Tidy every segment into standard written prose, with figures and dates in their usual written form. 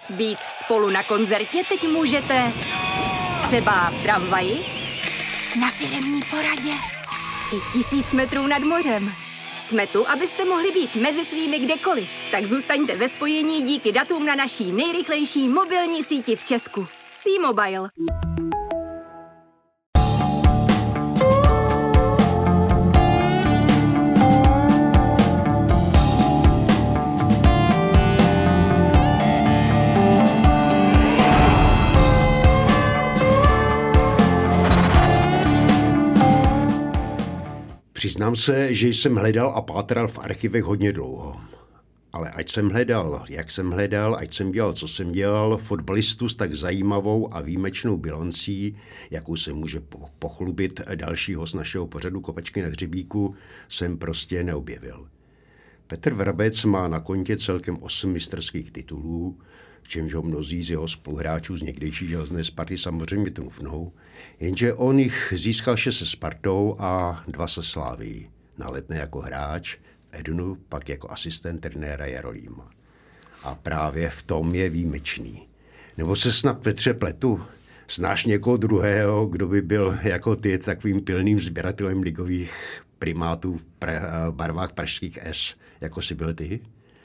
Být spolu na koncertě teď můžete třeba v tramvaji, na firemní poradě i 1000 metrů nad mořem. Jsme tu, abyste mohli být mezi svými kdekoliv. Tak zůstaňte ve spojení díky datům na naší nejrychlejší mobilní síti v Česku. T-Mobile. Přiznám se, že jsem hledal a pátral v archivech hodně dlouho. Ale ať jsem hledal, jak jsem hledal, ať jsem dělal, co jsem dělal, fotbalistu s tak zajímavou a výjimečnou bilancí, jakou se může pochlubit dalšího z našeho pořadu Kopačky na hřebíku, jsem prostě neobjevil. Petr Vrabec má na kontě celkem 8 mistrovských titulů, v čemž ho mnozí z jeho spoluhráčů z někdejší Železné Sparty samozřejmě trumfnou, jenže on jich získal 6 se Spartou a 2 se Slavií. Na Letné jako hráč, v Edenu pak jako asistent trenéra Jarolíma. A právě v tom je výjimečný. Nebo se snad, Petře, pletu? Znáš někoho druhého, kdo by byl jako ty takovým pilným sběratelem ligových primátů v barvách pražských S, jako jsi byl ty?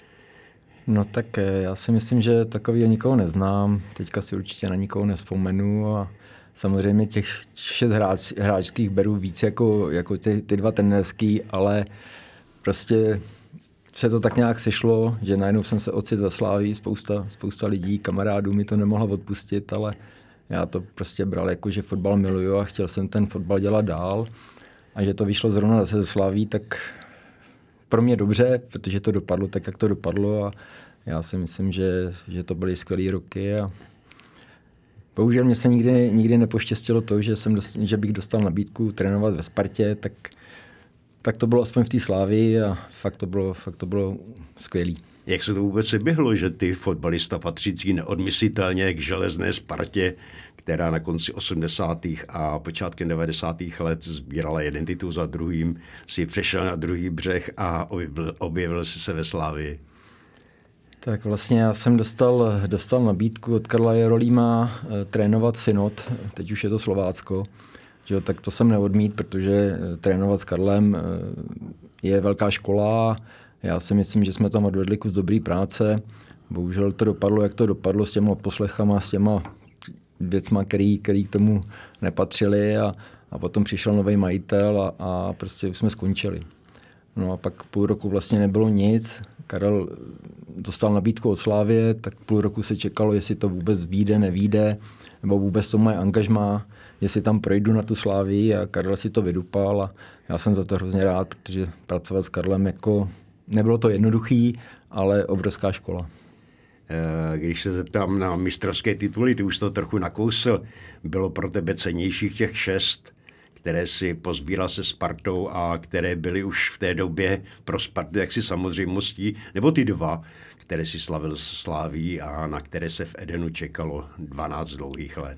No tak já si myslím, že takového nikoho neznám. Teďka si určitě na nikoho nevzpomenu a samozřejmě těch 6 hráčských beru víc jako ty 2 trenérský, ale prostě se to tak nějak sešlo, že najednou jsem se ocitl ve Slavii, spousta lidí, kamarádů mi to nemohla odpustit, ale já to prostě bral jako, že fotbal miluju a chtěl jsem ten fotbal dělat dál a že to vyšlo zrovna ze Slaví, tak pro mě dobře, protože to dopadlo tak, jak to dopadlo a já si myslím, že to byly skvělý roky a bohužel mě se nikdy nepoštěstilo to, že bych dostal nabídku trénovat ve Spartě, tak to bylo aspoň v té Slávii a fakt to bylo skvělý. Jak se to vůbec běhlo, že ty fotbalista patřící neodmyslitelně k Železné Spartě, která na konci 80. a počátkem 90. let sbírala jeden titul za druhým, si přešel na druhý břeh a objevil si se ve Slávii? Tak vlastně já jsem dostal nabídku od Karla Jarolíma trénovat Synod, teď už je to Slovácko, že, tak to jsem neodmít, protože trénovat s Karlem je velká škola. Já si myslím, že jsme tam odvedli kus dobrý práce. Bohužel to dopadlo, jak to dopadlo s těma odposlechama, s těma věcma, který k tomu nepatřili a potom přišel nový majitel a prostě už jsme skončili. No a pak půl roku vlastně nebylo nic. Karel dostal nabídku od Slávie, tak půl roku se čekalo, jestli to vůbec vyjde, nevyjde, nebo vůbec to mají angažmá, jestli tam projdu na tu Slávii a Karel si to vydupal a já jsem za to hrozně rád, protože pracovat s Karlem jako nebylo to jednoduchý, ale obrovská škola. Když se zeptám na mistrovské tituly, ty už to trochu nakousl, bylo pro tebe cennějších těch 6, které si pozbíral se Spartou a které byly už v té době pro Spartu jaksi samozřejmostí, nebo ty 2, které si slavil Slaví a na které se v Edenu čekalo 12 dlouhých let?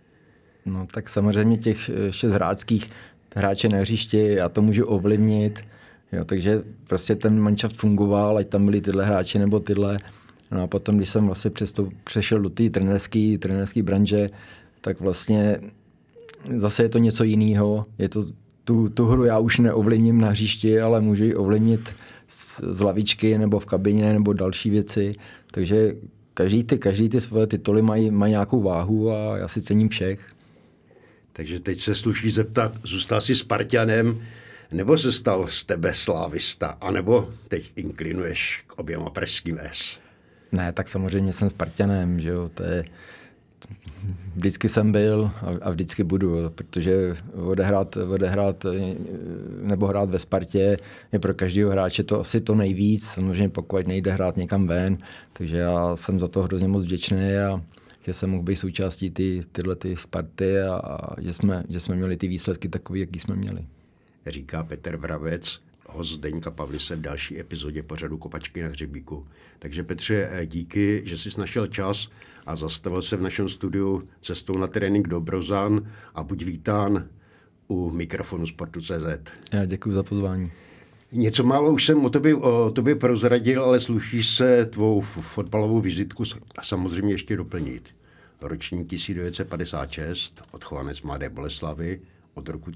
No tak samozřejmě těch 6 hráče na hřišti, já to můžu ovlivnit, jo, takže prostě ten manšaft fungoval, ať tam byli tyhle hráči nebo tyhle. No a potom, když jsem vlastně přešel do té trenérské branže, tak vlastně zase je to něco jiného. Je to tu hru já už neovlivním na hřišti, ale můžu ji ovlivnit z lavičky nebo v kabině nebo další věci. Takže každý ty svoje tituly mají nějakou váhu a já si cením všech. Takže teď se sluší zeptat, zůstal jsi Spartanem, nebo se stal z tebe slávista, anebo teď inklinuješ k oběma pražským S? Ne, tak samozřejmě jsem Spartanem, že jo, to je... Vždycky jsem byl a vždycky budu, protože odehrát nebo hrát ve Spartě je pro každého hráče to asi to nejvíc, samozřejmě pokud nejde hrát někam ven, takže já jsem za to hrozně moc vděčný a že jsem mohl být součástí tyhle Sparty a že jsme měli ty výsledky takové, jaký jsme měli. Říká Petr Vrabec, host Zdeňka Pavlise v další epizodě pořadu Kopačky na hřebíku. Takže Petře, díky, že jsi našel čas a zastavil se v našem studiu cestou na trénink do Brozan a buď vítán u mikrofonu Sportu.cz. Já děkuji za pozvání. Něco málo už jsem o tobě prozradil, ale sluší se tvou fotbalovou vizitku samozřejmě ještě doplnit. Ročník 1956, odchovanec Mladé Boleslavi, od roku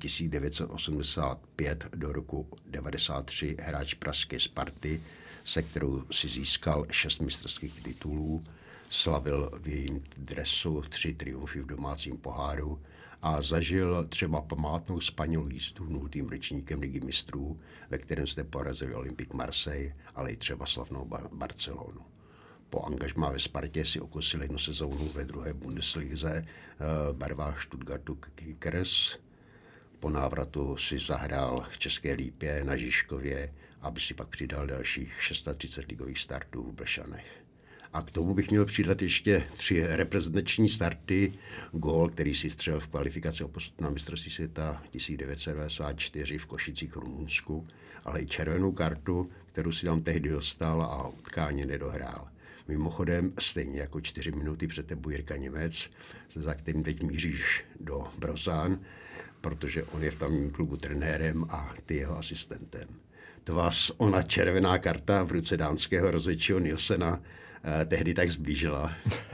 1985 do roku 1993 hráč pražské Sparty, se kterou si získal 6 mistrovských titulů, slavil v jejím dresu 3 triumfy v domácím poháru a zažil třeba památnou spanilou jízdu 0. ročníkem Ligy mistrů, ve kterém jste porazili Olympique Marseille, ale i třeba slavnou Barcelonu. Po angažmá ve Spartě si okusil jednu sezónu ve druhé Bundeslize barvách Stuttgartu Kickers. Po návratu si zahrál v České Lípě na Žižkově, aby si pak přidal dalších 36 ligových startů v Blšanech. A k tomu bych měl přidat ještě 3 reprezentační starty, gól, který si střelil v kvalifikaci o postup na mistrovství světa 1994 v Košicích v Rumunsku, ale i červenou kartu, kterou si tam tehdy dostal a utkání nedohrál. Mimochodem, stejně jako 4 minuty před tebou Jirka Němec, za kterým teď míříš do Brozán, protože on je v tamním klubu trenérem a ty jeho asistentem. To vás ona červená karta v ruce dánského rozhodčího Nielsena tehdy tak zblížila.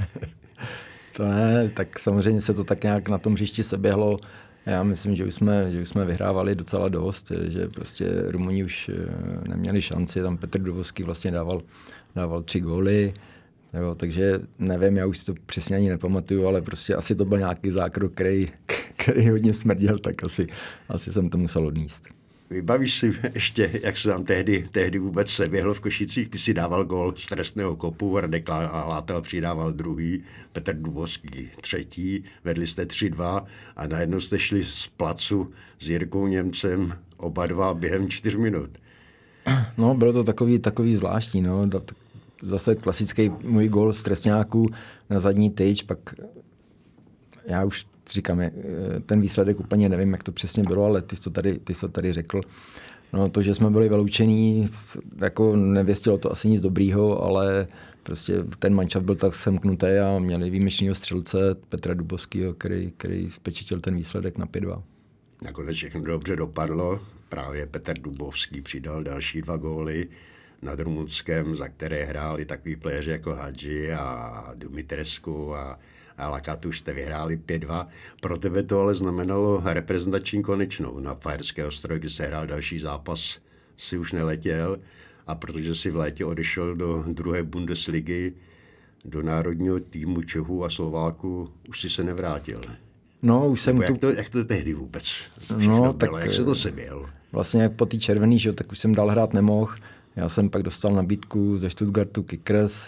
To ne, tak samozřejmě se to tak nějak na tom hřišti seběhlo. Já myslím, že už jsme vyhrávali docela dost, že prostě Rumuni už neměli šanci, tam Petr Dubovský vlastně dával 3 góly, jo, takže nevím, já už si to přesně ani nepamatuju, ale prostě asi to byl nějaký zákrok, který hodně smrděl, tak asi jsem to musel odníst. Vybavíš si ještě, jak se tam tehdy vůbec seběhlo v Košicích? Ty si dával gól z trestného kopu, Radek Látel přidával druhý, Petr Dubovský třetí, vedli jste 3-2 a najednou jste šli z placu s Jirkou Němcem oba dva během 4 minut. No, bylo to takový zvláštní, no. Zase klasický můj gól z trestňáku na zadní tyč, pak já už říkám, ten výsledek úplně nevím, jak to přesně bylo, ale ty jsi to tady řekl. No, to, že jsme byli vyloučení, jako nevěstilo to asi nic dobrýho, ale prostě ten manšaft byl tak semknutý a měli výjimečného střelce Petra Dubovského, který spečetil ten výsledek na 5-2. Nakonec všechno dobře dopadlo. Právě Petr Dubovský přidal další 2 góly nad Rumunskem, za které hráli takový playeri jako Hadži a Dumitrescu a Lakatuš, jste vyhráli 5-2. Pro tebe to ale znamenalo reprezentační konečnou. Na Fajerské ostrově, kdy se hrál další zápas, si už neletěl a protože si v létě odešel do druhé Bundesligy, do národního týmu Čechů a Slováků, už si se nevrátil. No, už jsem jak to tehdy vůbec všechno bylo? Jak se to seběl? Vlastně po té červený, že, tak už jsem dál hrát nemohl. Já jsem pak dostal nabídku ze Stuttgartu Kickers.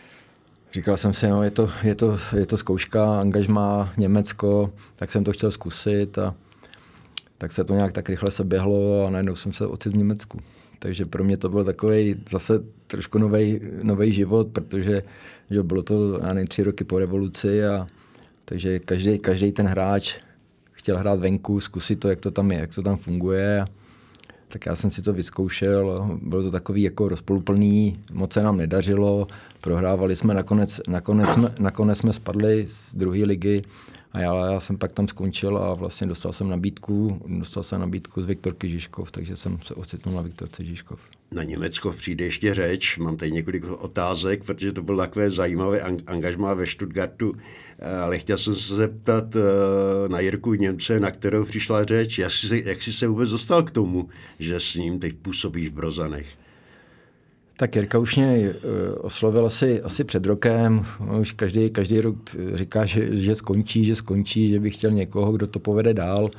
Říkal jsem si, no, je to zkouška, angažmá Německo, tak jsem to chtěl zkusit a tak se to nějak tak rychle seběhlo a najednou jsem se ocitl v Německu. Takže pro mě to byl takový zase trošku nový život, protože že bylo to 3 roky po revoluci a takže každý ten hráč chtěl hrát venku, zkusit to, jak to tam je, jak to tam funguje. Tak já jsem si to vyzkoušel, bylo to takový jako rozpoluplný, moc se nám nedařilo, prohrávali jsme, nakonec jsme spadli z druhé ligy a já jsem pak tam skončil a vlastně dostal jsem nabídku z Viktorky Žižkov, takže jsem se ocitnul na Viktorce Žižkov. Na Německo přijde ještě řeč, mám tady několik otázek, protože to bylo takové zajímavé angažmá ve Stuttgartu, ale chtěl jsem se zeptat na Jirku Němce, na kterou přišla řeč, jak jsi se vůbec dostal k tomu, že s ním teď působíš v Brozanech? Tak Jirka už mě oslovil asi před rokem, už každý rok říká, že skončí, že by chtěl někoho, kdo to povede dál.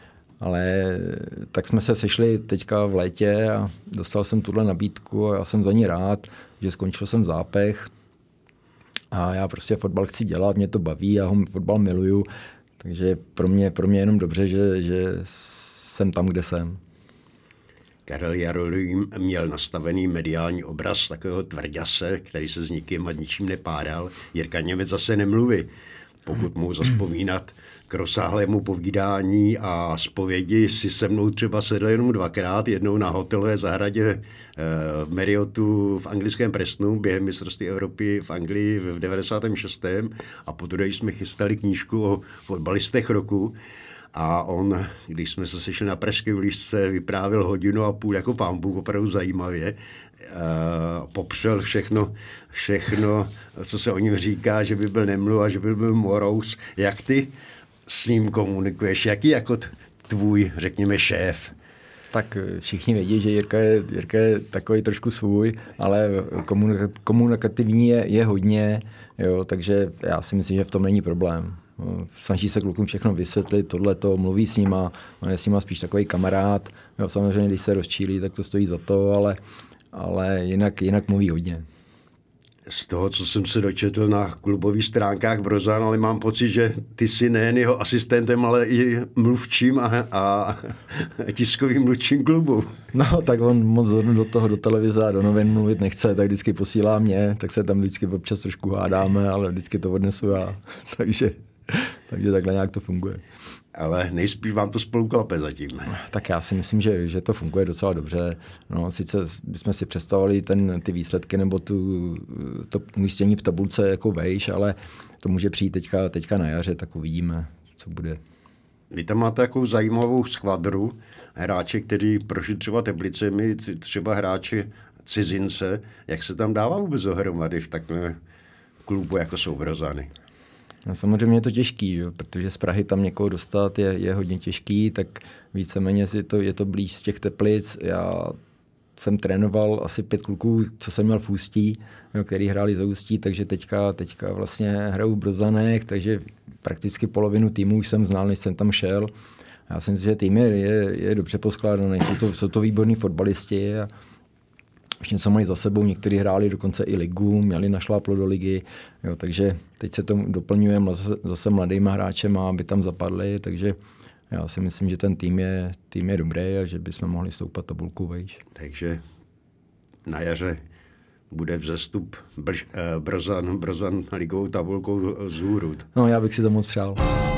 Ale tak jsme se sešli teďka v létě a dostal jsem tuhle nabídku a já jsem za ní rád, že skončil jsem v Zápech a já prostě fotbal chci dělat, mě to baví, já ho fotbal miluju, takže pro mě je jenom dobře, že jsem tam, kde jsem. Karel Jarolím měl nastavený mediální obraz takového tvrďase, který se s nikým a ničím nepádal. Jirka Němec zase nemluví. Pokud mohu zazpomínat k rozsáhlému povídání a zpovědi, si se mnou třeba sedl jenom 2krát, jednou na hotelové zahradě v Marriottu v anglickém Prestonu během mistrovství Evropy v Anglii v 96. a potom jsme chystali knížku o fotbalistech roku. A on, když jsme se sešli na Pražské uličce, vyprávěl 1,5 hodiny jako pán Bůh, opravdu zajímavě. Popřel všechno, co se o něm říká, že by byl nemluv, že by byl morous. Jak ty s ním komunikuješ? Jaký jako tvůj, řekněme, šéf? Tak všichni vědí, že Jirka je takový trošku svůj, ale komunikativní je hodně, jo, takže já si myslím, že v tom není problém. Snaží se klukům všechno vysvětlit, tohleto, mluví s nima, on je s nima spíš takový kamarád. Jo, samozřejmě, když se rozčílí, tak to stojí za to, ale jinak mluví hodně. Z toho, co jsem se dočetl na klubových stránkách Brozan, ale mám pocit, že ty jsi nejen jeho asistentem, ale i mluvčím a tiskovým mluvčím klubu. No, tak on moc do televize a do novin mluvit nechce, tak vždycky posílá mě, tak se tam vždycky občas trošku hádáme, ale vždycky to odnesu já. Takže takhle nějak to funguje. Ale nejspíš vám to spolu klape zatím. Tak já si myslím, že to funguje docela dobře. No, sice bychom si představovali ty výsledky nebo to umístění v tabulce jako vejš, ale to může přijít teďka na jaře, tak uvidíme, co bude. Vy tam máte takovou zajímavou skvadru, hráči, kteří prošli třeba Teplicemi, třeba hráči cizince. Jak se tam dává vůbec dohromady v takovém klubu, jako jsou Brozany? No, samozřejmě je to těžký, jo, protože z Prahy tam někoho dostat je hodně těžký, tak víceméně je to blíž z těch Teplic. Já jsem trénoval asi 5 kluků, co jsem měl v Ústí, jo, který hráli za Ústí, takže teďka vlastně hraju v Brozanech, takže prakticky polovinu týmu už jsem znal, než jsem tam šel. Já si myslím, že tým je dobře poskládaný, jsou to výborní fotbalisti a už něco mají za sebou, někteří hráli dokonce i ligu, měli našláplo do ligy, jo, takže teď se to doplňujeme zase mladýma hráčema, aby tam zapadli, takže já si myslím, že ten tým je dobrý a že bychom mohli stoupat tabulku vejš. Takže na jaře bude vzestup Brozan ligovou tabulkou vzhůru. No, já bych si to moc přál.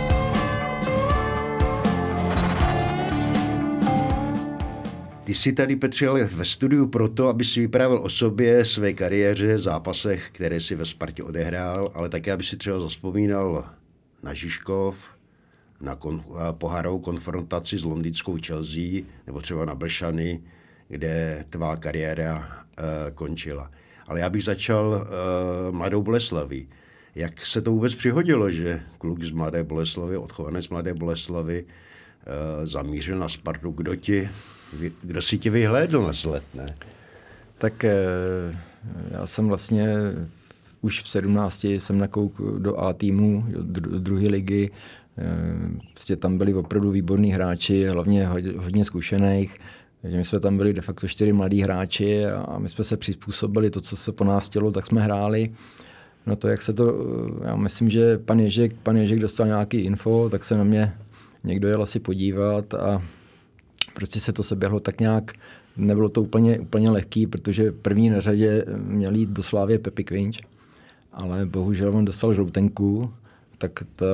Ty jsi tady, Petře, ale ve studiu proto, aby si vyprávěl o sobě, své kariéře, zápasech, které si ve Spartě odehrál, ale také, aby si třeba zavzpomínal na Žižkov, na pohárovou konfrontaci s londýnskou Chelsea, nebo třeba na Blšany, kde tvá kariéra končila. Ale já bych začal Mladou Boleslaví. Jak se to vůbec přihodilo, že kluk z Mladé Boleslavy, odchovanec Mladé Boleslavy, zamířil na Spartu? Kdo si tě vyhlédl na sled, ne? Tak já jsem vlastně už v 17 jsem nakoukl do A týmu, do druhé ligy. Prostě tam byli opravdu výborní hráči, hlavně hodně zkušených. Takže my jsme tam byli de facto 4 mladí hráči a my jsme se přizpůsobili to, co se po nás chtělo, tak jsme hráli. No to, jak se to, já myslím, že pan Ježek dostal nějaký info, tak se na mě někdo jel asi podívat a prostě se to seběhlo tak nějak, nebylo to úplně lehký, protože první na řadě měl jít do Slávie Pepi Kvinč, ale bohužel on dostal žloutenku, tak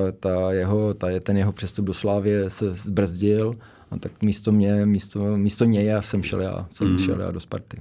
ten jeho přestup do Slávie se zbrzdil a tak místo něj jsem šel já do Sparty.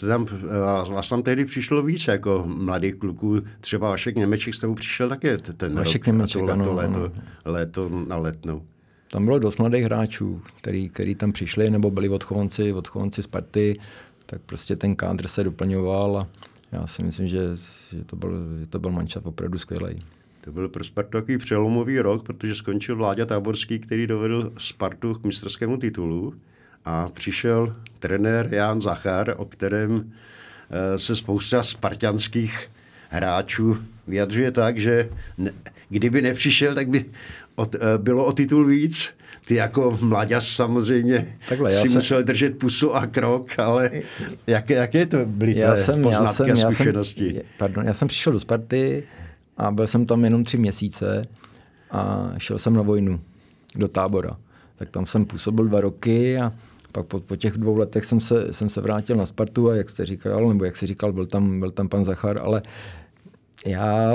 Vás tam tehdy přišlo víc jako mladých kluků, třeba Vašek Němeček s tebou přišel také ten Vašek rok, Němeček, léto na Letnou. Tam bylo dost mladých hráčů, který tam přišli, nebo byli odchovanci Sparty, tak prostě ten kádr se doplňoval a já si myslím, že to byl manšaft opravdu skvělej. To byl pro Spartu takový přelomový rok, protože skončil Vláďa Táborský, který dovedl Spartu k mistrovskému titulu a přišel trenér Jan Zachar, o kterém se spousta spartanských hráčů vyjadřuje tak, že kdyby nepřišel, tak by bylo o titul víc. Ty jako mlaďas samozřejmě musel držet pusu a krok, ale jaké to byly poznatky a zkušenosti? Já jsem přišel do Sparty a byl jsem tam jenom 3 měsíce a šel jsem na vojnu do Tábora. Tak tam jsem působil 2 roky a pak po těch 2 letech jsem se vrátil na Spartu a jak jste říkal, nebo jak jsi říkal, byl tam pan Zachar, ale já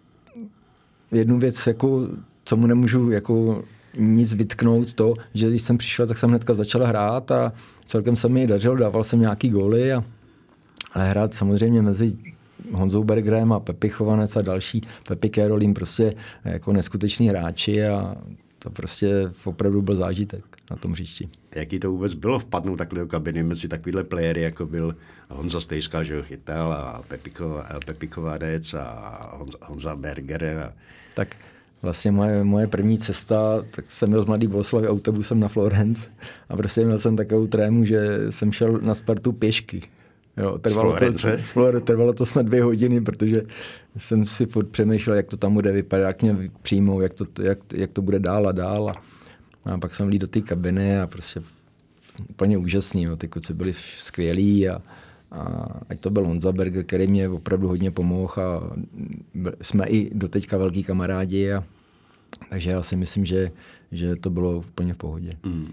jednu věc, jako, co mu nemůžu jako nic vytknout, to, že když jsem přišel, tak jsem hnedka začal hrát a celkem se mi dařilo, dával jsem nějaký góly, ale hrát samozřejmě mezi Honzou Bergerem a Pepi Chovanec a další, Pepi Kérolím, prostě jako neskuteční hráči a to prostě opravdu byl zážitek na tom hřišti. Jaký to vůbec bylo vpadnout takhle do kabiny mezi takovýhle playery, jako byl Honza Stejskal, že ho chytal, a Pepikovář a Honza Berger. Tak vlastně moje první cesta, tak jsem byl z Mladý Boleslavi autobusem na Florence a prostě měl jsem takovou trému, že jsem šel na Spartu pěšky. Jo, trvalo to snad 2 hodiny, protože jsem si furt přemýšlel, jak to tam bude vypadat, jak mě přijmou, jak to bude dál a dál. A pak jsem vlíd do té kabiny a prostě úplně úžasný. Jo. Ty kluci byli skvělí a ať to byl Honza Berger, který mě opravdu hodně pomohl a jsme i doteďka velký kamarádi. Takže já si myslím, že to bylo úplně v pohodě.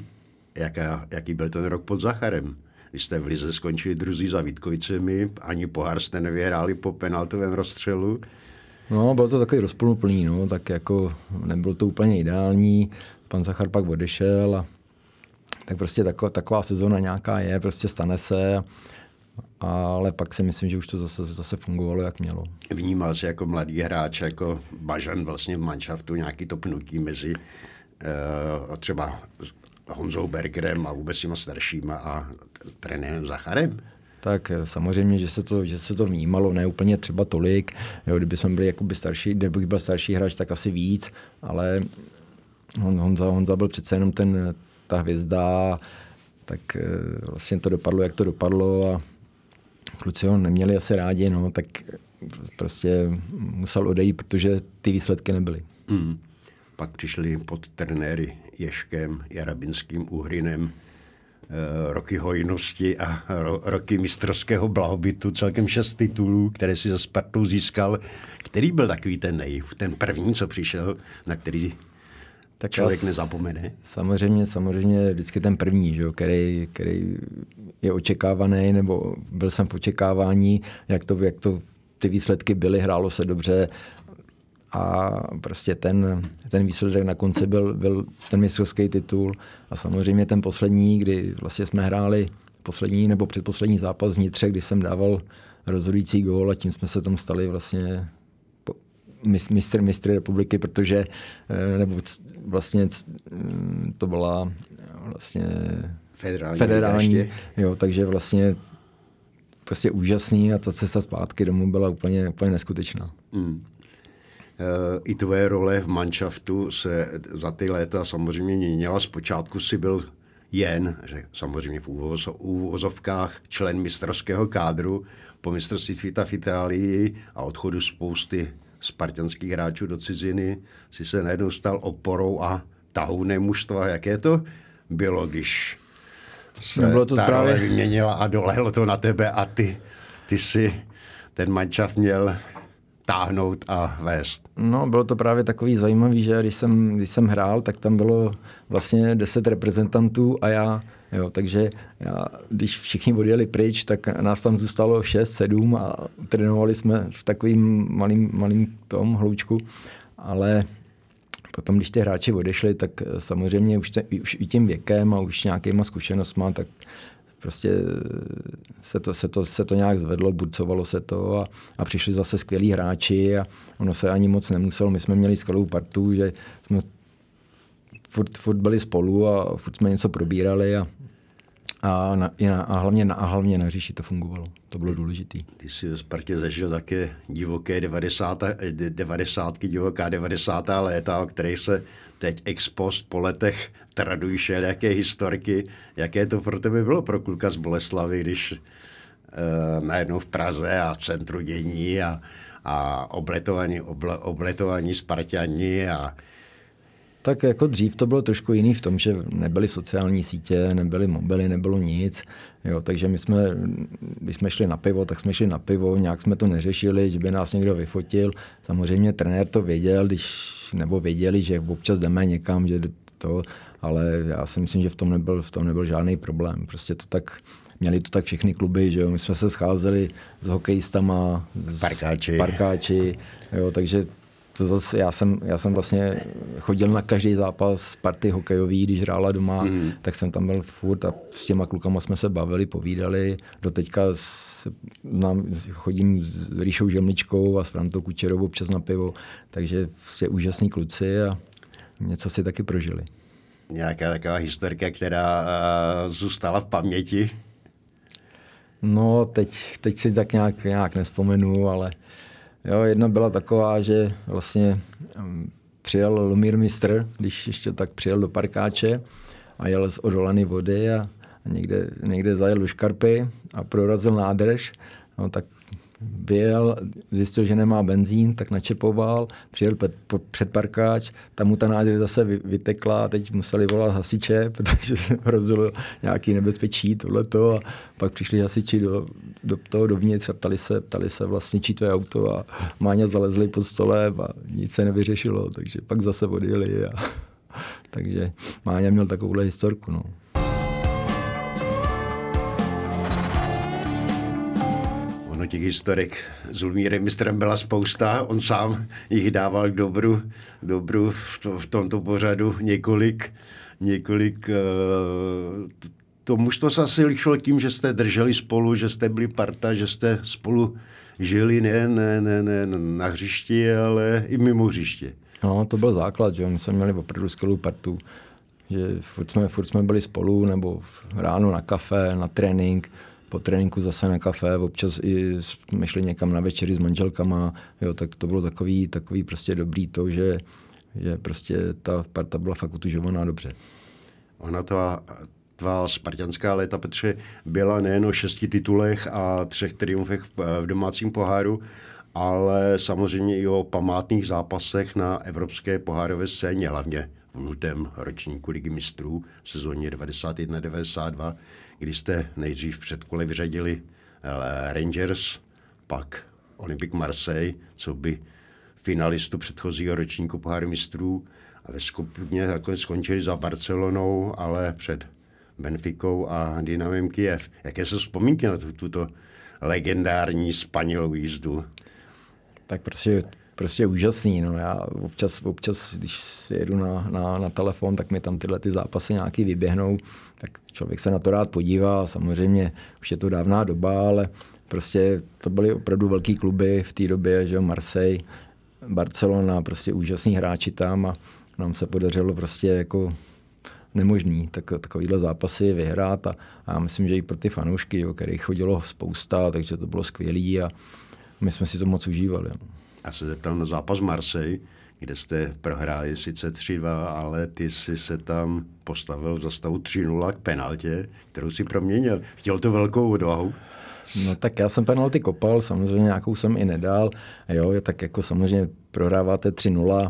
Jaký byl ten rok pod Zacharem? Když jste v lize skončili druzí za Vítkovicemi, ani pohár jste nevyhráli po penaltovém rozstřelu. No, bylo to takový rozpoluplný, no, tak jako nebylo to úplně ideální. Pan Zachar pak odešel a tak prostě taková sezóna nějaká je, prostě stane se, ale pak si myslím, že už to zase fungovalo, jak mělo. Vnímal jsi jako mladý hráč, jako bažan vlastně v manšaftu nějaký to pnutí mezi třeba Honzou Bergerem a vůbec těma staršíma a trenérem Zacharem? Tak samozřejmě, že se to vnímalo, ne úplně třeba tolik. Jo, kdyby jsme byli jakoby starší, kdyby byl starší hráč, tak asi víc, ale Honza byl přece jenom ta hvězda, tak vlastně to dopadlo, jak to dopadlo a kluci ho neměli asi rádi, no, tak prostě musel odejít, protože ty výsledky nebyly. Pak přišli pod trenéry Ješkem, Jarabinským, Uhrinem, roky hojnosti a roky mistrovského blahobytu, celkem 6 titulů, které si za Spartou získal. Který byl takový ten první, co přišel, na který tak člověk nezapomene? Samozřejmě vždycky ten první, že, který je očekávaný, nebo byl jsem v očekávání, jak to ty výsledky byly, hrálo se dobře a prostě ten výsledek na konci byl ten mistrovský titul a samozřejmě ten poslední, kdy vlastně jsme hráli poslední nebo předposlední zápas v Nitře, kdy jsem dával rozhodující gól a tím jsme se tam stali vlastně mistry republiky, protože nebo vlastně to byla vlastně federální jo, takže vlastně prostě úžasný a ta cesta zpátky domů byla úplně neskutečná. I tvoje role v manšaftu se za ty léta samozřejmě měnila. Zpočátku si byl jen, že samozřejmě v úvozovkách, člen mistrovského kádru. Po mistrovství světa v Itálii a odchodu spousty spartanských hráčů do ciziny si se najednou stal oporou a tahounem mužstva. Jaké to bylo, když se ta role vyměnila a dolehlo to na tebe a ty si ten manšaft měl táhnout a vést? No, bylo to právě takový zajímavý, že když jsem hrál, tak tam bylo vlastně 10 reprezentantů a já, jo, takže když všichni odjeli pryč, tak nás tam zůstalo 6, 7 a trénovali jsme v takovým malým hloučku, ale potom, když ty hráči odešli, tak samozřejmě už i tím věkem a už nějakýma zkušenostma, tak prostě se to nějak zvedlo, burcovalo se to a přišli zase skvělí hráči a ono se ani moc nemuselo. My jsme měli skvělou partu, že jsme furt byli spolu a furt jsme něco probírali a hlavně na hřišti to fungovalo. To bylo důležitý. Ty jsi v Spartě zažil také divoké 90. léta, o kterých se teď ex post po letech tradují všelijaké historky. Jaké to pro tebe bylo pro kluka z Boleslavy, když najednou v Praze a v centru dění a obletování Sparťani a tak jako dřív to bylo trošku jiný v tom, že nebyly sociální sítě, nebyly mobily, nebylo nic. Jo, takže když jsme šli na pivo, tak jsme šli na pivo, nějak jsme to neřešili, že by nás někdo vyfotil. Samozřejmě trenér to věděl, nebo věděli, že občas jdeme někam, že to, ale já si myslím, že v tom nebyl žádný problém. Prostě to tak, měli to tak všechny kluby, že jo. My jsme se scházeli s hokejistama, s parkáči, jo, takže to zase, já jsem vlastně chodil na každý zápas party hokejový, když hrála doma, tak jsem tam byl furt a s těma klukama jsme se bavili, povídali. Doteďka chodím s Ríšou Žemličkou a s Frantou Kučerovou občas na pivo, takže prostě úžasní kluci něco si taky prožili. Nějaká taková historka, která zůstala v paměti? No, teď si tak nějak nevzpomenu, ale jo, jedna byla taková, že vlastně přijel Lumír Mistr, když ještě tak přijel do parkáče a jel z odolané vody a někde zajel do škarpy a prorazil nádrž, no tak vyjel, zjistil, že nemá benzín, tak načepoval, přijel před parkáč, tam mu ta nádrž zase vytekla a teď museli volat hasiče, protože hrozilo nějaký nebezpečí, tohleto, a pak přišli hasiči do toho dovnitř a ptali se vlastně, čí to je auto, a Máňa zalezli pod stolem a nic se nevyřešilo, takže pak zase odjeli. Takže Máňa měl takovouhle historku. No. Těch historik s Lumírem Mistrem byla spousta, on sám jich dával k dobru v tomto pořadu několik. To mužstvo se asi lišilo tím, že jste drželi spolu, že jste byli parta, že jste spolu žili ne na hřišti, ale i mimo hřiště. No, to byl základ, že my jsme měli opravdu skvělou partu, že furt jsme byli spolu, nebo ráno na kafe, na trénink, po tréninku zase na kafe, občas i jsme šli někam na večeři s manželkama, jo, tak to bylo takový prostě dobrý to, že prostě ta parta byla fakt utužovaná dobře. Ona tvá spartanská léta, Petře, byla nejen o 6 titulech a 3 triumfech v domácím poháru, ale samozřejmě i o památných zápasech na evropské pohárové scéně, hlavně v nultém ročníku Ligy mistrů v sezóně 91-92, kdy jste nejdřív v předkole vyřadili Rangers, pak Olympique Marseille, co by finalistu předchozího ročníku poháru mistrů, a ve skupině nakonec skončili za Barcelonou, ale před Benficou a Dynamem Kyjev. Jaké jsou vzpomínky na tuto legendární spanilou jízdu? Tak prostě úžasný. No. Já občas, když si jedu na telefon, tak mi tam tyhle ty zápasy nějaký vyběhnou, tak člověk se na to rád podívá. Samozřejmě už je to dávná doba, ale prostě to byly opravdu velký kluby v té době, že Marseille, Barcelona, prostě úžasní hráči tam, a nám se podařilo prostě jako nemožný takovýhle zápasy vyhrát, a já myslím, že i pro ty fanoušky, jo, kterých chodilo spousta, takže to bylo skvělý a my jsme si to moc užívali. Já se zeptám na zápas Marseille, kde jste prohráli sice 3-2, ale ty jsi se tam postavil za stavu 3-0 k penaltě, kterou si proměnil. Chtěl to velkou odvahu? No tak já jsem penalty kopal, samozřejmě nějakou jsem i nedal. Jo, tak jako samozřejmě prohráváte 3-0.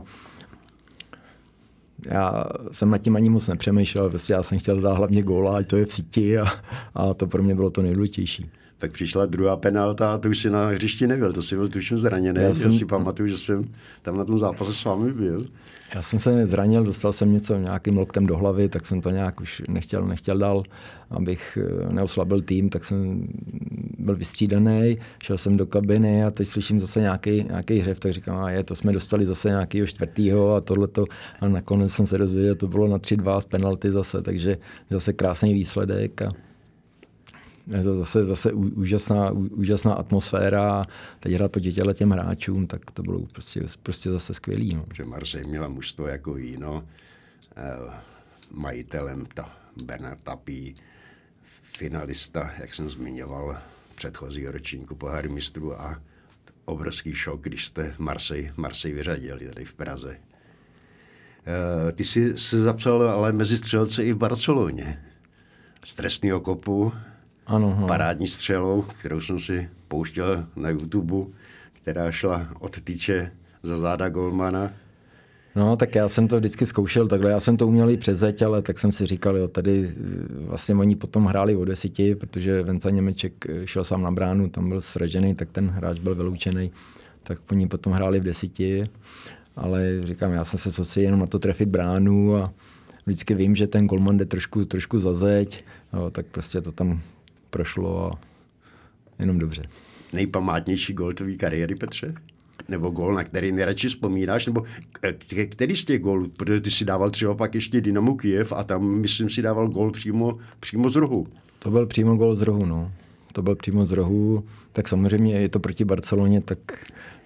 Já jsem nad tím ani moc nepřemýšlel, prostě já jsem chtěl dát hlavně góla, ať to je v síti, a to pro mě bylo to nejdůležitější. Tak přišla druhá penalta a to už si na hřišti nebyl, to si byl tuším zraněný. Já si pamatuju, že jsem tam na tom zápase s vámi byl. Já jsem se zranil, dostal jsem něco nějakým loktem do hlavy, tak jsem to nějak už nechtěl dál, abych neoslabil tým, tak jsem byl vystřídaný, šel jsem do kabiny a teď slyším zase nějaký hřev, tak říkám, to jsme dostali zase nějakého 4. a tohleto, a nakonec jsem se dozvěděl, to bylo na 3-2 z penalty zase, takže zase krásný výsledek a je to zase úžasná atmosféra, a teď hrát proti těm hráčům, tak to bylo prostě zase skvělý. No. Že Marseille měla mužstvo jako víno, majitelem Bernard Tapie, finalista, jak jsem zmiňoval, předchozího ročníku poháru mistrů, a obrovský šok, když jste Marseille vyřadili tady v Praze. Ty jsi se zapsal ale mezi střelce i v Barceloně. Z trestného kopu, ano. Parádní střelou, kterou jsem si pouštěl na YouTube, která šla od tyče za záda golmana. No, tak já jsem to vždycky zkoušel takhle. Já jsem to uměl i přes zeď, ale tak jsem si říkal, jo, tady vlastně oni potom hráli o 10, protože Venca Němeček šel sám na bránu, tam byl sražený, tak ten hráč byl vyloučený. Tak oni potom hráli v 10, ale říkám, já jsem se soustředil jenom na to trefit bránu a vždycky vím, že ten golman jde trošku za zeď, jo, tak prostě to tam prošlo a jenom dobře. Nejpamátnější gól tvý kariéry, Petře? Nebo gól, na který nejradši vzpomínáš? Nebo který z těch gólů? Protože ty si dával třeba pak ještě Dynamo Kyjev a tam, myslím, si dával gól přímo z rohu. To byl přímo gól z rohu, no. To byl přímo z rohu. Tak samozřejmě je to proti Barceloně, tak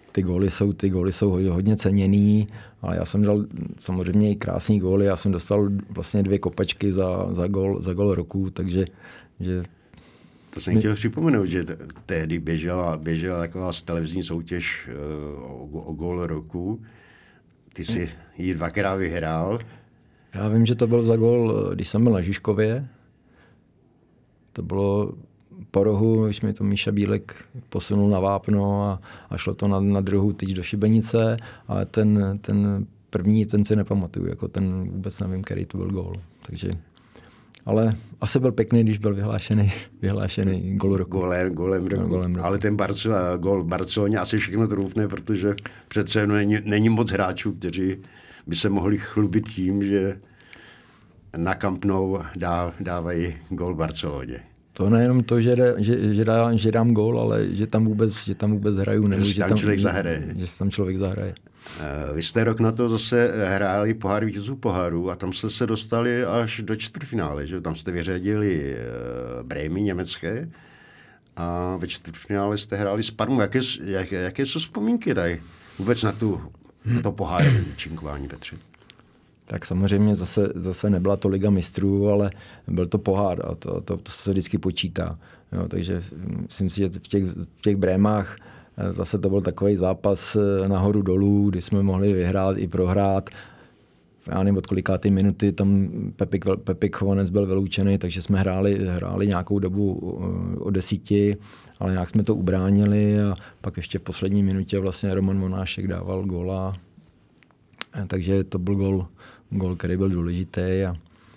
ty góly jsou hodně ceněný, ale já jsem dal samozřejmě i krásný góly, já jsem dostal vlastně 2 kopačky za gól roku, takže to jsem chtěl připomenout, že tehdy běžela taková televizní soutěž o gól roku. Ty jsi ji 2krát vyhrál. Já vím, že to byl za gól, když jsem byl na Žižkově. To bylo po rohu, když mi to Míša Bílek posunul na vápno a šlo to na druhou tyč do Šibenice, ale ten první, ten si nepamatuju, jako ten vůbec nevím, který to byl gól. Takže, ale asi byl pěkný, když byl vyhlášený gól roku. Gólem roku. Ale ten gól Barceloně asi všechno trůfne, protože přece není moc hráčů, kteří by se mohli chlubit tím, že na Camp Nou dávají gól Barceloně. To nejenom to, že dám gól, ale že tam vůbec hraju. Nebo že tam člověk zahraje. Že tam člověk zahraje. Vy jste rok na to zase hráli pohár vítězů poháru a tam jste se dostali až do čtvrtfinále, že? Tam jste vyřadili Brémy německé a ve čtvrtfinále jste hráli s Parmou. Jaké jsou vzpomínky tady vůbec na to pohárové účinkování, Petře? Tak samozřejmě zase nebyla to Liga mistrů, ale byl to pohár a to se vždycky počítá. Jo, takže myslím si, že v těch Brémách zase to byl takový zápas nahoru dolů, kdy jsme mohli vyhrát i prohrát. Já nevím, od kolikátý minuty tam Pepik Chovanec byl vyloučený, takže jsme hráli nějakou dobu o 10, ale nějak jsme to ubránili a pak ještě v poslední minutě vlastně Roman Monášek dával góla. Takže to byl gól, který byl důležitý a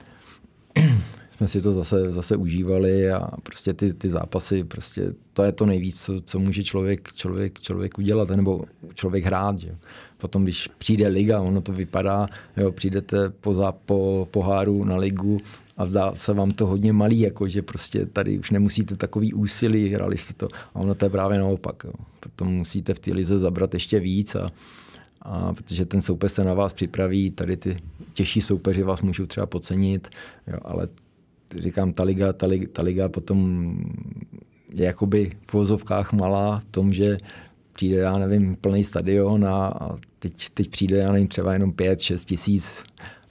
jsme si to zase užívali a prostě ty zápasy, prostě to je to nejvíc, co může člověk udělat, nebo člověk hrát. Že? Potom, když přijde liga, ono to vypadá, jo, přijdete po poháru na ligu a zdá se vám to hodně malý, jako že prostě tady už nemusíte takový úsilí, hrali jste to a ono to je právě naopak. Jo. Proto musíte v té lize zabrat ještě víc a protože ten soupeř se na vás připraví, tady ty těžší soupeři vás můžou třeba podcenit, jo, ale říkám, ta liga potom je jakoby v uvozovkách malá v tom, že přijde, já nevím, plný stadion a teď přijde, já nevím, třeba jenom 5-6 tisíc,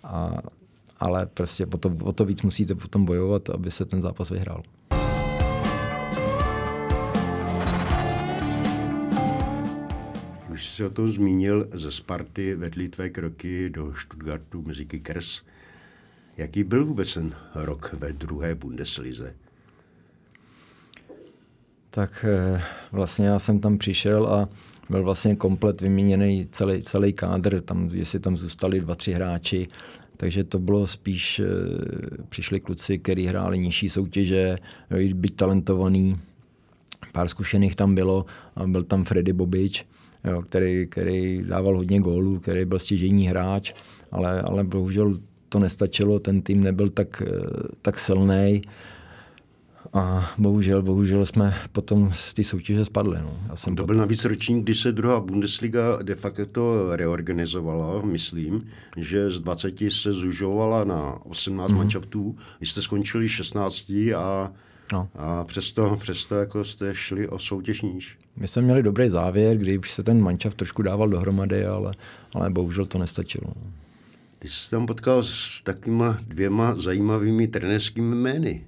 ale prostě o to víc musíte potom bojovat, aby se ten zápas vyhrál. Už jsi se o tom zmínil, ze Sparty vedly tvé kroky do Stuttgartu mezi Kickers. Jaký byl vůbec ten rok ve druhé Bundeslize? Tak vlastně já jsem tam přišel a byl vlastně komplet vyměněný celý kádr, jestli tam zůstali 2-3 hráči, takže to bylo spíš, přišli kluci, kteří hráli nižší soutěže, byť talentovaný, pár zkušených tam bylo a byl tam Freddy Bobič, jo, který dával hodně gólů, který byl stěžejní hráč, ale bohužel to nestačilo, ten tým nebyl tak silný a bohužel jsme potom z té soutěže spadli. No. To byl navíc ročník, kdy se druhá Bundesliga de facto reorganizovala, myslím, že z 20 se zužovala na 18 manšaftů, vy jste skončili 16 a přesto jako jste šli o soutěž níž. My jsme měli dobrý závěr, kdy už se ten manšaft trošku dával dohromady, ale bohužel to nestačilo. Ty jsi tam potkal s takýma 2 zajímavými trenérskými jmény.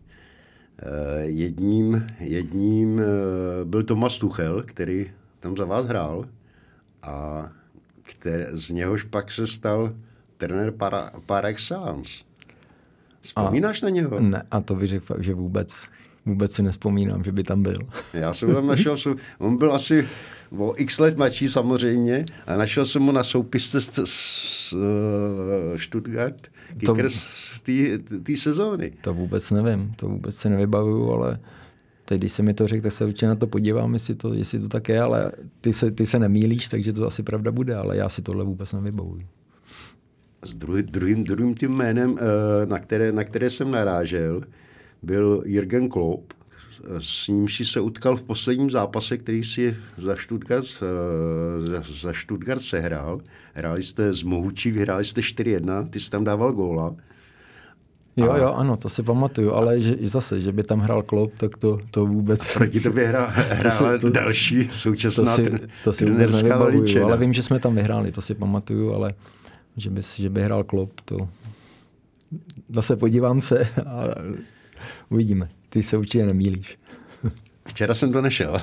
Jedním byl Thomas Tuchel, který tam za vás hrál a z něhož pak se stal trenér par excellence. Vzpomínáš na něho? Ne, a to bych řekl fakt, že vůbec si nespomínám, že by tam byl. Já jsem tam našel, on byl asi o x let mladší samozřejmě, a našel jsem mu na soupisce z Stuttgart Kickers z té sezóny. To vůbec nevím, to vůbec si nevybavuju, ale teď, když se mi to řekl, tak se určitě na to podívám, jestli to tak je, ale ty se nemýlíš, takže to asi pravda bude, ale já si tohle vůbec nevybavuju. S druhým tím jménem, na které jsem narážel, byl Jürgen Klopp, s nímž se utkal v posledním zápase, který si za Stuttgart sehrál. Hráli jste z Mohučí, vyhráli jste 4-1, ty jsi tam dával góla. Jo, ano, to si pamatuju, ale že by tam hrál Klopp, tak to vůbec... A proti tobě hrála další současná to si vůbec nevybavuju, ale vím, že jsme tam vyhráli, to si pamatuju, ale že by hrál Klopp, to... Zase podívám se a uvidíme. Ty se určitě nemýlíš. Včera jsem to nešel.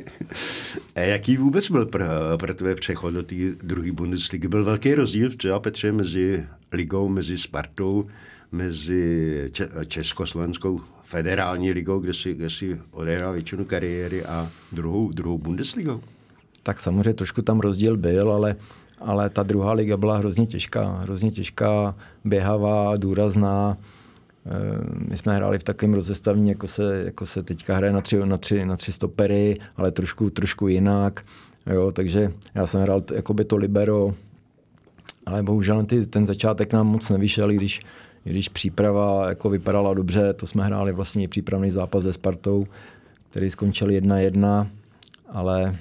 A jaký vůbec byl pro tebe přechod do té druhé Bundesligy? Byl velký rozdíl třeba, Petře, mezi ligou, mezi Spartou, mezi Československou federální ligou, kde si odehrál většinu kariéry, a druhou Bundesligou? Tak samozřejmě trošku tam rozdíl byl, ale ta druhá liga byla hrozně těžká, běhavá, důrazná. My jsme hráli v takovém rozestavení, jako se teďka hraje na tři stopery, ale trošku jinak. Jo, takže já jsem hrál jakoby to libero, ale bohužel ten začátek nám moc nevyšel, i když příprava jako vypadala dobře. To jsme hráli vlastně přípravný zápas se Spartou, který skončil 1-1, ale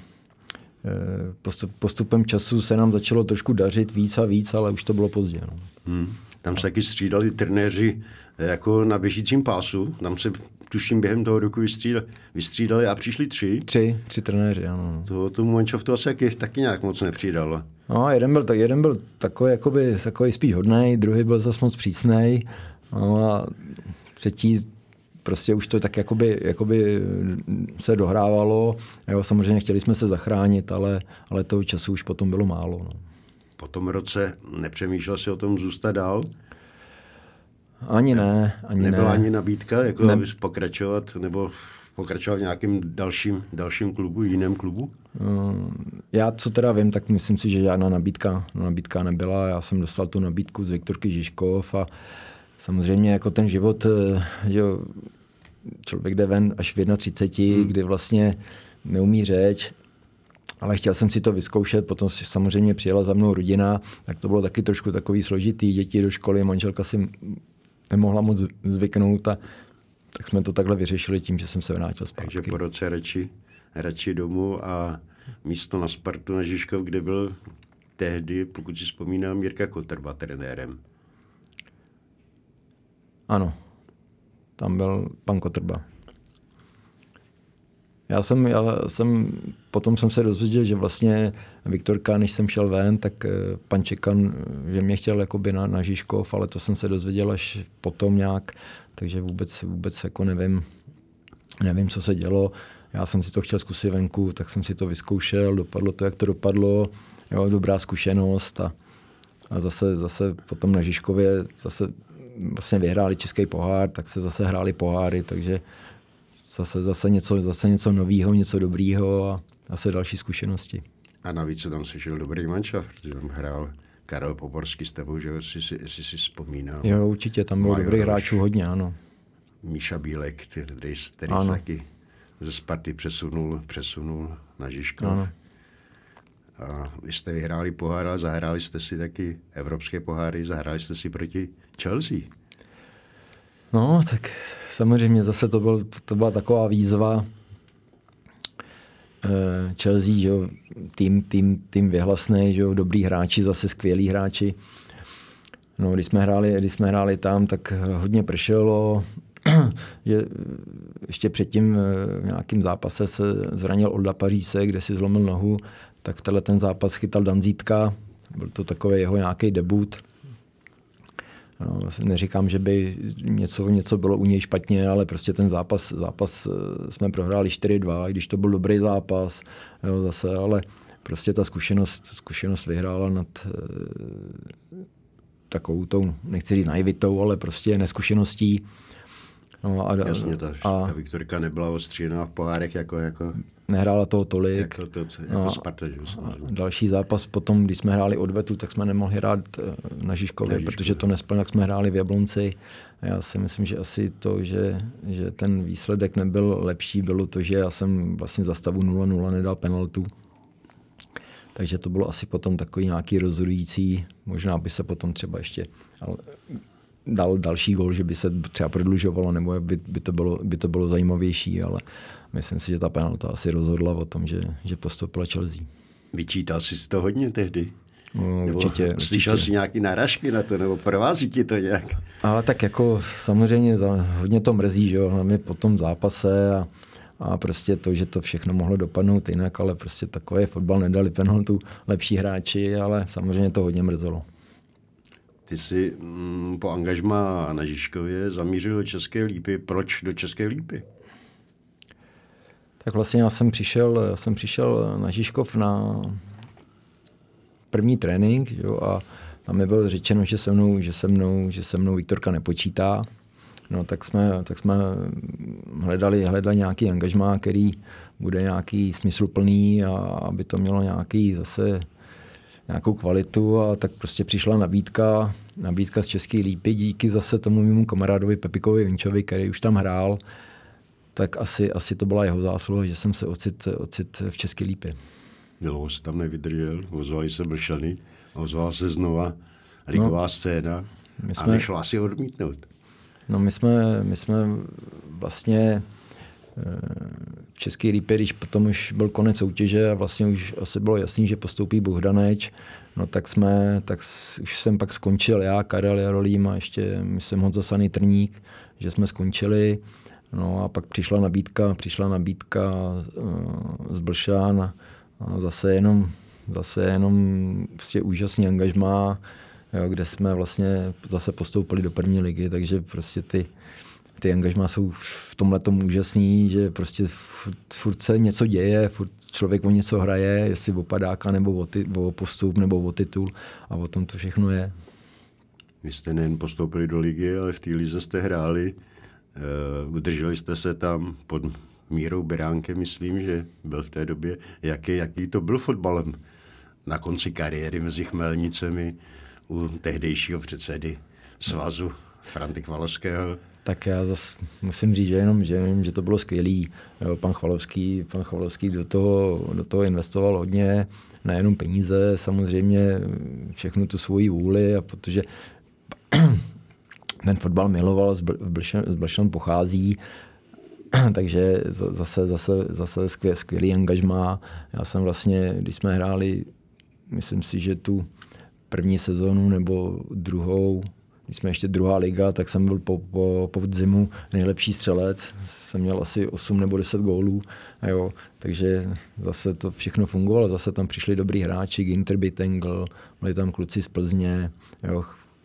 postupem času se nám začalo trošku dařit víc a víc, ale už to bylo pozdě. No. Tam se taky střídali trenéři jako na běžícím pásu. Tam se tuším během toho roku vystřídali a přišli tři. Tři trenéři, ano. Tomu Manšaftu asi taky nějak moc nepřidalo. No, jeden byl takový spíš hodnej, druhý byl zase moc přísnej, no a třetí prostě už to tak jakoby se dohrávalo. Jo, samozřejmě chtěli jsme se zachránit, ale toho času už potom bylo málo. No. Po tom roce nepřemýšlel si o tom zůstat dál? Ani ne. Nebyla ani nabídka, pokračovat v nějakém dalším klubu, jiném klubu? Já, co teda vím, tak myslím si, že žádná nabídka nebyla. Já jsem dostal tu nabídku z Viktorky Žižkov a samozřejmě jako ten život, že člověk jde ven až v 31, kdy vlastně neumí řeč, ale chtěl jsem si to vyzkoušet, potom samozřejmě přijela za mnou rodina, tak to bylo taky trošku takový složitý, děti do školy, manželka si nemohla moc zvyknout a tak jsme to takhle vyřešili tím, že jsem se vrátil zpátky. Takže po roce radši domů a místo na Spartu na Žižkov, kde byl tehdy, pokud si vzpomínám, Jirka Kotrba trenérem. Ano, tam byl pan Kotrba. Potom jsem se dozvěděl, že vlastně Viktorka, než jsem šel ven, tak pan Čekan, že mě chtěl jakoby na Žižkov, ale to jsem se dozvěděl až potom nějak, takže vůbec jako nevím, co se dělo. Já jsem si to chtěl zkusit venku, tak jsem si to vyzkoušel, dopadlo to, jak to dopadlo, jo, dobrá zkušenost a zase potom na Žižkově zase vlastně vyhráli český pohár, tak se zase hráli poháry, takže zase něco nového, něco dobrýho a zase další zkušenosti. A navíc se tam sešel dobrý manšaft, protože tam hrál Karel Poborský s tebou, že jestli si vzpomínal. Jo, určitě, tam bylo dobrých hráčů hodně, ano. Míša Bílek, který se taky ze Sparty přesunul na Žižkov. Ano. A vy jste vyhráli pohár a zahráli jste si taky evropské poháry, zahráli jste si proti Chelsea. No, tak samozřejmě zase to byla taková výzva. Chelsea, že jo, tým vyhlasnej, že jo, dobrý hráči, zase skvělí hráči. No, když jsme hráli tam, tak hodně pršelo, že ještě předtím v nějakém zápase se zranil Olda Paříse, kde si zlomil nohu, tak ten zápas chytal Danzítka, byl to takový jeho nějaký debut. No, neříkám, že by něco bylo u něj špatně, ale prostě ten zápas jsme prohráli 4-2, i když to byl dobrý zápas, jo, zase, ale prostě ta zkušenost vyhrála nad takovou tou, nechci říct naivitou, ale prostě neskušeností. No jasně, ta Viktorka nebyla ostřílená v pohárech jako nehrála toho tolik. Jako Sparta, že? Další zápas potom, když jsme hráli odvetu, tak jsme nemohli hrát na Žižkově, protože to nesplnilo, tak jsme hráli v Jablonci. A já si myslím, že asi to, že ten výsledek nebyl lepší, bylo to, že já jsem vlastně za stavu 0-0 nedal penaltu. Takže to bylo asi potom takový nějaký rozhodující, možná by se potom třeba ještě dal další gól, že by se třeba prodlužovalo, nebo by to bylo zajímavější, ale myslím si, že ta penalta asi rozhodla o tom, že postoupila Chelsea. Vyčítal jsi to hodně tehdy? No, určitě. Slyšel jsi nějaký náražky na to, nebo provází ti to nějak? Ale tak jako samozřejmě hodně to mrzí, že jo, hlavně po tom zápase a prostě to, že to všechno mohlo dopadnout jinak, ale prostě takový fotbal, nedali penaltu lepší hráči, ale samozřejmě to hodně mrzelo. Ty jsi po angažmá na Žižkově zamířil do České Lípy. Proč do České Lípy? Tak vlastně já jsem přišel na Žižkov na první trénink, jo, a tam mi bylo řečeno, že se mnou Viktorka nepočítá. No tak jsme hledali nějaký angažmá, který bude nějaký smysluplný a aby to mělo nějakou kvalitu, a tak prostě přišla nabídka z České Lípy díky zase tomu mému kamarádovi Pepikovi Vinčovi, který už tam hrál, tak asi to byla jeho zásluha, že jsem se ocit v České Lípě. Dlouho se tam nevydržel, ozvali se Blšany, ozvala se znova ligová scéna a nešlo asi odmítnout. No my jsme vlastně v České Lípě, když potom už byl konec soutěže a vlastně už asi bylo jasný, že postoupí Bohdaneč, no tak už jsem pak skončil já, Karel Jarolím a ještě myslím Honza Saný Trník, že jsme skončili. No a pak přišla nabídka z Blšan a zase jenom prostě úžasný angažmá, jo, kde jsme vlastně zase postoupili do první ligy, takže prostě ty angažmá jsou v tomhletom úžasný, že prostě furt se něco děje, furt člověk o něco hraje, jestli o padáka nebo o postup nebo o titul, a o tom to všechno je. Vy jste nejen postoupili do ligy, ale v té lize jste hráli. Udrželi jste se tam pod Mírou Beránkem, myslím, že byl v té době. Jaký to byl fotbalem na konci kariéry mezi Chmelnicemi u tehdejšího předsedy svazu Franty Chvalovského? Tak já zase musím říct, že to bylo skvělý. Jo, pan Chvalovský do toho investoval hodně, nejenom peníze, samozřejmě všechnu tu svoji vůli, a protože ten fotbal miloval, z Blšan pochází, takže zase skvělý angažmá. Já jsem vlastně, když jsme hráli, myslím si, že tu první sezónu nebo druhou, když jsme ještě druhá liga, tak jsem byl po podzimu nejlepší střelec. Jsem měl asi 8 nebo 10 gólů. Jo, takže zase to všechno fungovalo. Zase tam přišli dobrý hráči, Ginter Bitengl, byli tam kluci z Plzně. Jo,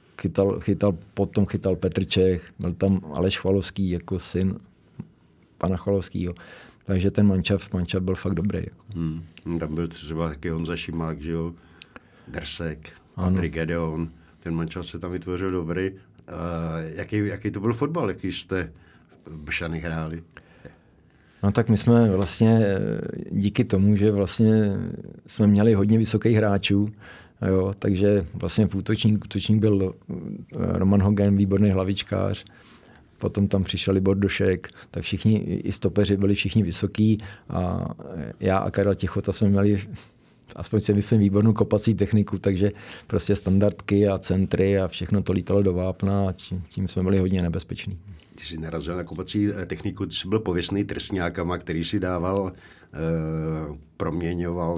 potom chytal Petr Čech, byl tam Aleš Chvalovský jako syn pana Chvalovskýho. Takže ten mančaft byl fakt dobrý. Jako. Tam byl třeba taky Honza Šimák, že jo? Drsek, Patrik Gedeon. Ten mančaft se tam vytvořil dobrý. Jaký to byl fotbal, jaký jste v Blšanech hráli? No tak my jsme vlastně díky tomu, že vlastně jsme měli hodně vysokých hráčů, jo, takže vlastně v útočník byl Roman Hogen, výborný hlavičkář, potom tam přišel Libor Došek, tak všichni, i stopeři byli všichni vysoký, a já a Karel Tichota jsme měli, aspoň si myslím, výbornou kopací techniku, takže prostě standardky a centry a všechno to lítalo do vápna, a tím jsme byli hodně nebezpeční. Ty jsi narazil na kopací techniku, ty jsi byl pověstný trestňákama, který si dával, proměňoval,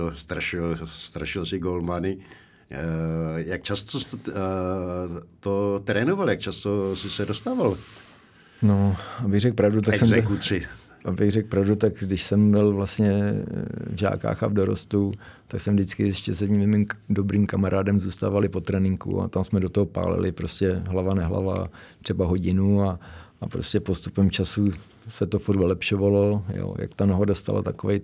strašil si golmany. Jak často jsi to trénoval, jak často jsi se dostával? No, abych řekl pravdu, tak když jsem byl vlastně v žákách a v dorostu, tak jsem vždycky ještě s jedním mým dobrým kamarádem zůstávali po tréninku a tam jsme do toho pálili prostě hlava nehlava, třeba hodinu, a prostě postupem času se to furt vylepšovalo, jo, jak ta noha dostala takovej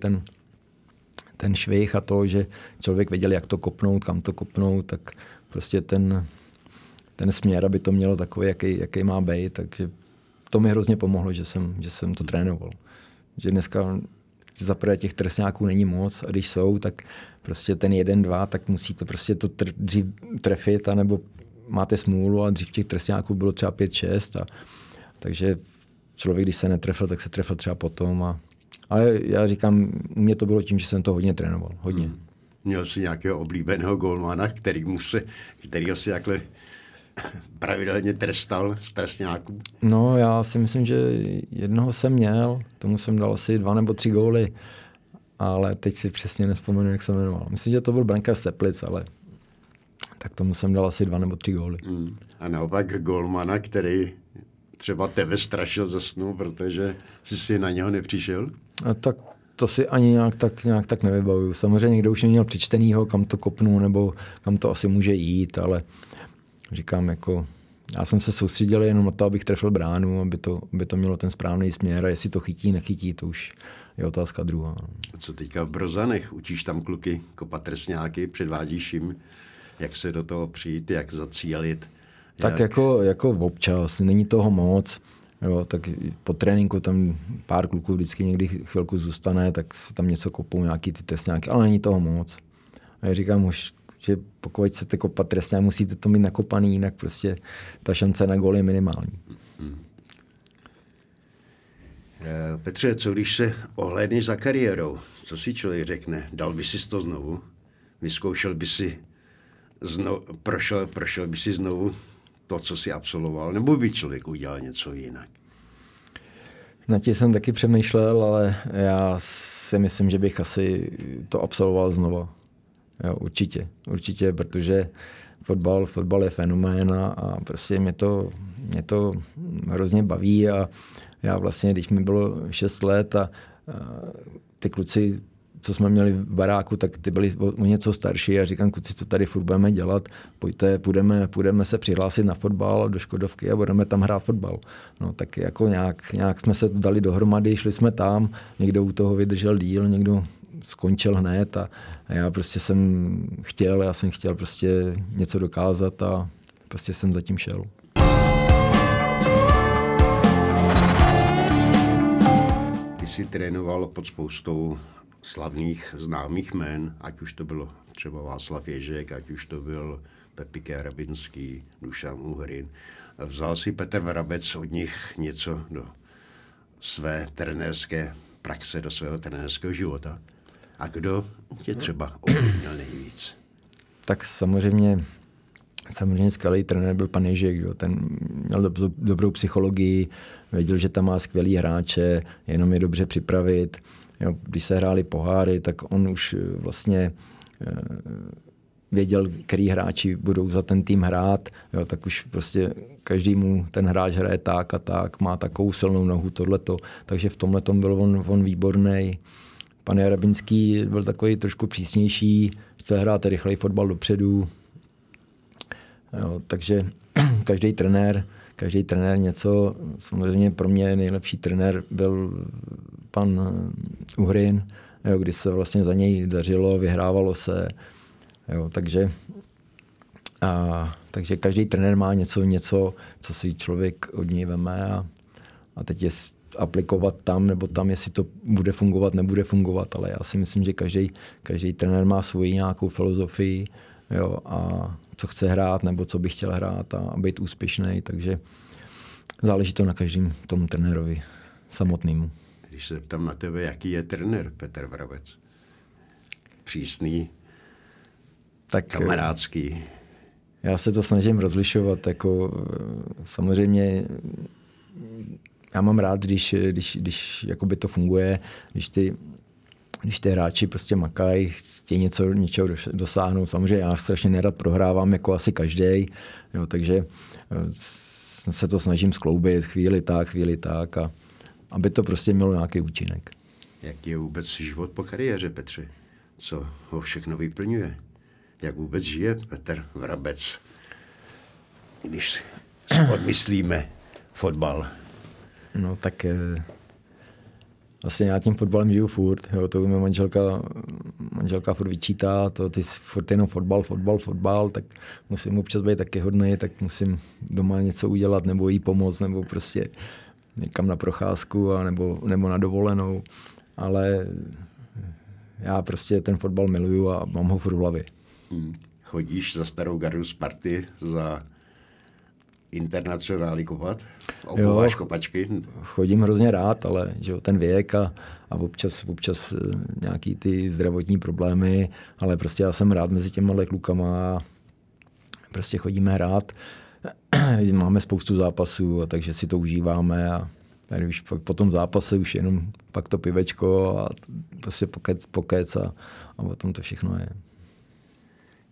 ten švih a to, že člověk věděl, jak to kopnout, kam to kopnout, tak prostě ten směr, aby to mělo takový, jaký má být, takže to mi hrozně pomohlo, že jsem to trénoval. Že dneska zaprvé těch trestňáků není moc, a když jsou, tak prostě ten 1-2, tak musíte prostě to dřív trefit, anebo máte smůlu, a dřív těch trestňáků bylo třeba 5-6, takže člověk, když se netrefil, tak se trefil třeba potom. Ale já říkám, u mě to bylo tím, že jsem to hodně trénoval. Hodně. Měl jsi nějakého oblíbeného golmana, kterýho si takhle pravidelně trestal z trestňáků? No, já si myslím, že jednoho jsem měl, tomu jsem dal asi 2 nebo 3 góly, ale teď si přesně nevzpomenu, jak se jmenoval. Myslím, že to byl brankář Teplic, ale tak tomu jsem dal asi 2 nebo 3 góly. A naopak golmana, který třeba tebe strašil ze snu, protože jsi si na něho nepřišel? A tak to si ani nějak tak nevybavuju. Samozřejmě někdo už měl přečtenýho, kam to kopnu, nebo kam to asi může jít, ale říkám, jako já jsem se soustředil jenom na to, abych trefil bránu, aby to mělo ten správný směr a jestli to chytí, nechytí, to už je otázka druhá. Co teďka v Brozanech? Učíš tam kluky kopat trestňáky, předvádíš jim, jak se do toho přijít, jak zacílit? Tak jako občas, není toho moc. Jo, tak po tréninku tam pár kluků vždycky někdy chvilku zůstane, tak se tam něco kopou, nějaký ty trestňáky, ale není toho moc. A já říkám už, že pokud chcete kopat trestňák, musíte to mít nakopaný, jinak prostě ta šance na gól je minimální. Petře, co když se ohlédneš za kariérou? Co si člověk řekne? Dal by si to znovu? Vyzkoušel by si prošel by si znovu to, co si absolvoval? Nebo by člověk udělal něco jinak? Na tím jsem taky přemýšlel, ale já si myslím, že bych asi to absolvoval znova. Jo, určitě, protože fotbal je fenomén a prostě mě to hrozně baví a já vlastně, když mi bylo 6 let a ty kluci, co jsme měli v baráku, tak ty byli o něco starší a říkám, kluci, co tady furt budeme dělat, pojďte, půjdeme se přihlásit na fotbal do Škodovky a budeme tam hrát fotbal. No tak jako nějak jsme se dali dohromady, šli jsme tam, někdo u toho vydržel díl, někdo skončil hned a já prostě jsem chtěl prostě něco dokázat a prostě jsem zatím šel. Ty jsi trénoval pod spoustou slavných známých jmen, ať už to bylo třeba Václav Ježek, ať už to byl Pepike Hrabinský, Dušan Uhrin. Vzal si Petr Vrabec od nich něco do své trenérské praxe, do svého trenérského života? A kdo tě třeba ovlivnil nejvíc? Tak samozřejmě skvělý trenér byl pan Ježek, jo. Ten měl dobrou psychologii, věděl, že tam má skvělý hráče, jenom je dobře připravit. Jo, když se hráli poháry, tak on už vlastně věděl, který hráči budou za ten tým hrát, jo, tak už prostě každému ten hráč hraje tak a tak, má takovou silnou nohu, tohleto, takže v tomhletom byl on výborný. Pan Hrabinský byl takový trošku přísnější, chtěl hrát rychlej fotbal dopředu, jo, takže každý trenér něco, samozřejmě pro mě nejlepší trenér byl pan Uhrin, jo, kdy se vlastně za něj dařilo, vyhrávalo se, jo, takže každý trenér má něco, co si člověk od něj veme a teď je aplikovat tam, nebo tam, jestli to bude fungovat, nebude fungovat, ale já si myslím, že každý trenér má svoji nějakou filozofii, jo, a co chce hrát, nebo co by chtěl hrát a být úspěšný, takže záleží to na každém tomu trenérovi samotnému. Když se ptám na tebe, jaký je trenér Petr Vrabec? Přísný, tak kamarádský? Já se to snažím rozlišovat, jako samozřejmě já mám rád, když jakoby to funguje, když ty hráči prostě makají, chtějí něčeho dosáhnout. Samozřejmě já strašně nerad prohrávám, jako asi každej, jo, takže se to snažím skloubit chvíli tak a aby to prostě mělo nějaký účinek. Jak je vůbec život po kariéře, Petře? Co ho všechno vyplňuje? Jak vůbec žije Petr Vrabec, když odmyslíme fotbal? No tak vlastně já tím fotbalem žiju furt, jo, to mě manželka furt vyčítá, ty furt jenom fotbal, tak musím občas být taky hodnej, tak musím doma něco udělat, nebo jí pomoct, nebo prostě někam na procházku, nebo na dovolenou, ale já prostě ten fotbal miluju a mám ho furt v hlavě. Chodíš za starou gardu Sparty, za Internacionály kopat? Obouváš kopačky? Chodím hrozně rád, ale že jo, ten věk a občas nějaký ty zdravotní problémy, ale prostě já jsem rád mezi těma klukama a prostě chodíme hrát. Máme spoustu zápasů, takže si to užíváme a tady už po tom zápase už jenom pak to pivečko a prostě pokec a o tom to všechno je.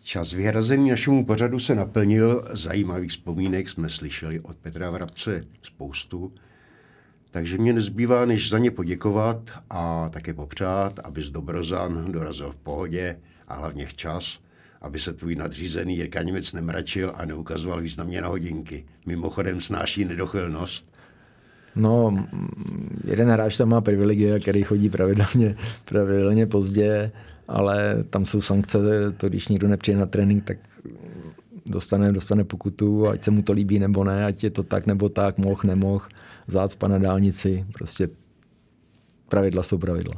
Čas vyhrazený našemu pořadu se naplnil. Zajímavých vzpomínek jsme slyšeli od Petra Vrabce spoustu. Takže mě nezbývá, než za ně poděkovat a také popřát, abys do Brozan dorazil v pohodě a hlavně včas, aby se tvůj nadřízený Jirka Němec nemračil a neukazoval významně na hodinky. Mimochodem snáší nedochylnost. No, jeden hráč tam má privilegie, který chodí pravidelně pozdě, ale tam jsou sankce, to když někdo nepřijde na trénink, tak dostane pokutu, ať se mu to líbí nebo ne, ať je to tak nebo tak, nemohl, zácpa na dálnici, prostě pravidla jsou pravidla.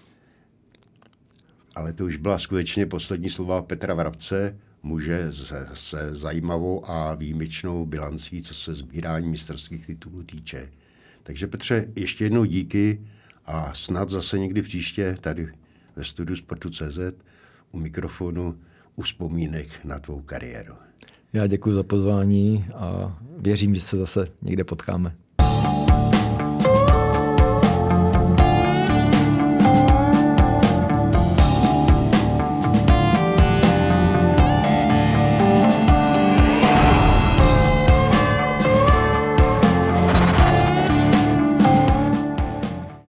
Ale to už byla skutečně poslední slova Petra Vrabce, muže se zajímavou a výjimečnou bilancí, co se sbírání mistrovských titulů týče. Takže Petře, ještě jednou díky a snad zase někdy příště tady ve studiu Sportu.cz u mikrofonu u vzpomínek na tvou kariéru. Já děkuji za pozvání a věřím, že se zase někde potkáme.